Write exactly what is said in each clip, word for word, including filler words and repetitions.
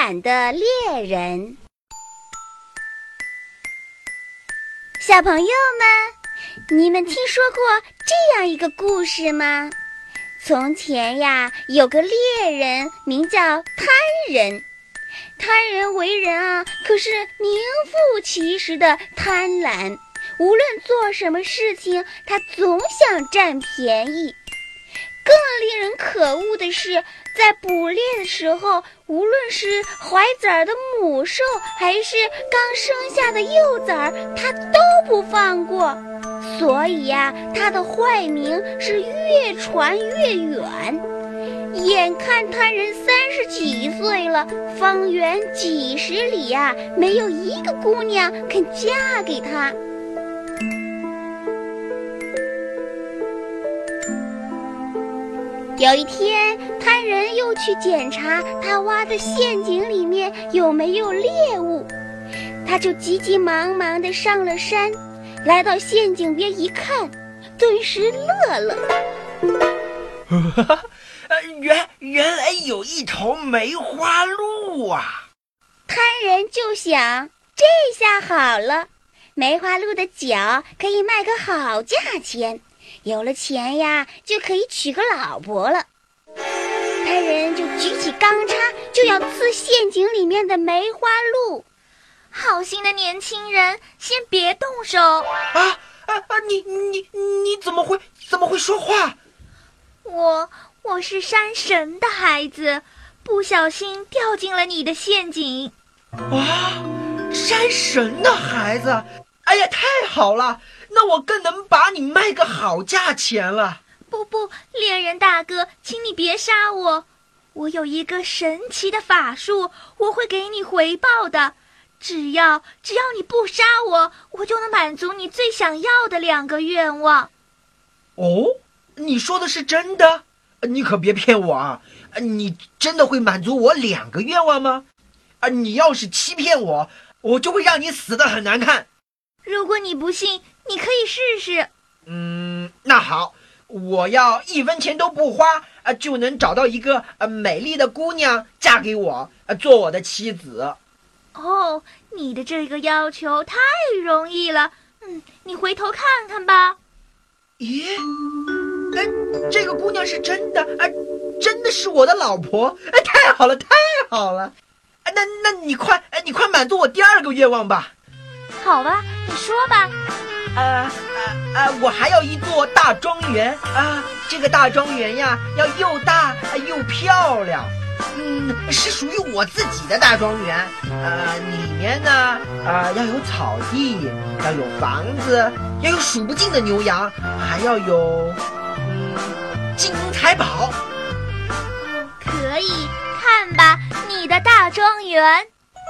敢的猎人。小朋友们，你们听说过这样一个故事吗？从前呀，有个猎人名叫贪人。贪人为人啊，可是名副其实的贪婪，无论做什么事情，他总想占便宜。更令人可恶的是，在捕猎的时候，无论是怀崽儿的母兽，还是刚生下的幼崽儿，他都不放过。所以呀，他的坏名是越传越远。眼看贪人三十几岁了，方圆几十里呀，没有一个姑娘肯嫁给他。有一天，贪人又去检查他挖的陷阱里面有没有猎物，他就急急忙忙地上了山，来到陷阱边一看，顿时乐了。 原原来有一头梅花鹿啊！ 贪人就想，这下好了，梅花鹿的脚可以卖个好价钱，有了钱呀，就可以娶个老婆了。贪人就举起钢叉，就要刺陷阱里面的梅花鹿。 好心的年轻人，先别动手！ 啊啊啊！你你你怎么会怎么会说话？ 我我是山神的孩子，不小心掉进了你的陷阱。 啊，山神的孩子！哎呀，太好了！那我更能把你卖个好价钱了。 不不，猎人大哥，请你别杀我，我有一个神奇的法术，我会给你回报的。只要只要你不杀我，我就能满足你最想要的两个愿望。 哦，你说的是真的？你可别骗我啊！你真的会满足我两个愿望吗？啊，你要是欺骗我，我就会让你死得很难看。 如果你不信，你可以试试。 嗯，那好，我要一分钱都不花，啊，就能找到一个呃美丽的姑娘嫁给我，呃，做我的妻子。 哦，你的这个要求太容易了。嗯，你回头看看吧。 咦，哎，这个姑娘是真的，哎，真的是我的老婆，哎，太好了，太好了。哎，那那你快，哎，你快满足我第二个愿望吧。 好吧，你说吧。 呃呃呃，我还要一座大庄园啊！这个大庄园呀，要又大又漂亮，嗯，是属于我自己的大庄园。呃，里面呢，啊、呃，要有草地，要有房子，要有数不尽的牛羊，还要有，嗯，金银财宝。 可以，看吧，你的大庄园。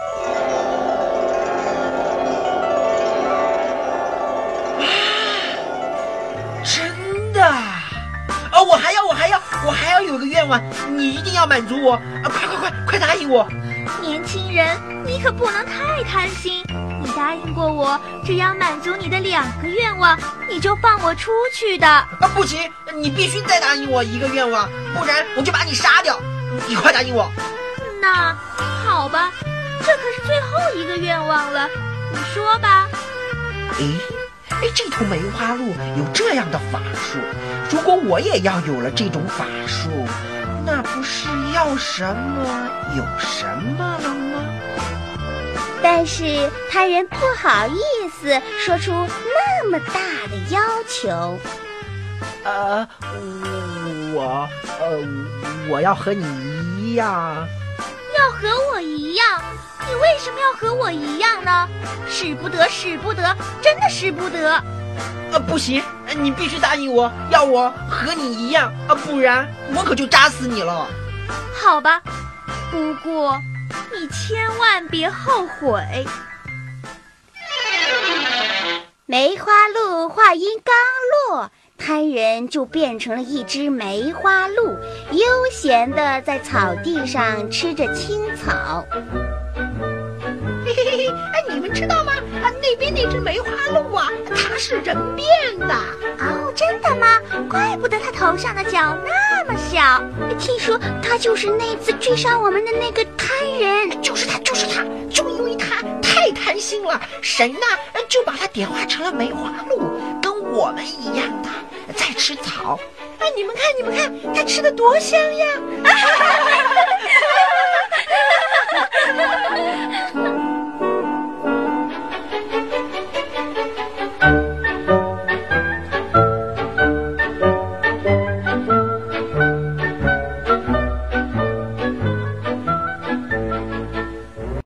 真的啊！我还要，我还要，我还要有个愿望，你一定要满足我啊！快快快，快答应我！ 年轻人，你可不能太贪心。你答应过我，只要满足你的两个愿望，你就放我出去的。 啊，不行，你必须再答应我一个愿望，不然我就把你杀掉。你快答应我。 那好吧，这可是最后一个愿望了，你说吧。 诶。哎，这头梅花鹿有这样的法术，如果我也要有了这种法术，那不是要什么有什么了吗？ 但是贪人不好意思说出那么大的要求。 呃，我呃，我要和你一样。 要和我一样？你为什么要和我一样呢？使不得，使不得，真的使不得。 呃，不行，你必须答应我，要我和你一样啊，不然我可就扎死你了。 好吧，不过你千万别后悔。 梅花鹿话音刚落，贪人就变成了一只梅花鹿，悠闲地在草地上吃着青草。 嘿嘿嘿嘿，哎，你们知道吗？啊，那边那只梅花鹿啊，它是人变的。 哦，真的吗？怪不得它头上的角那么小。 听说他就是那次追杀我们的那个贪人。 就是他，就是他，就因为他太贪心了，神呢就把他点化成了梅花鹿，跟我们一样的在吃草。哎，你们看，你们看，他吃的多香呀！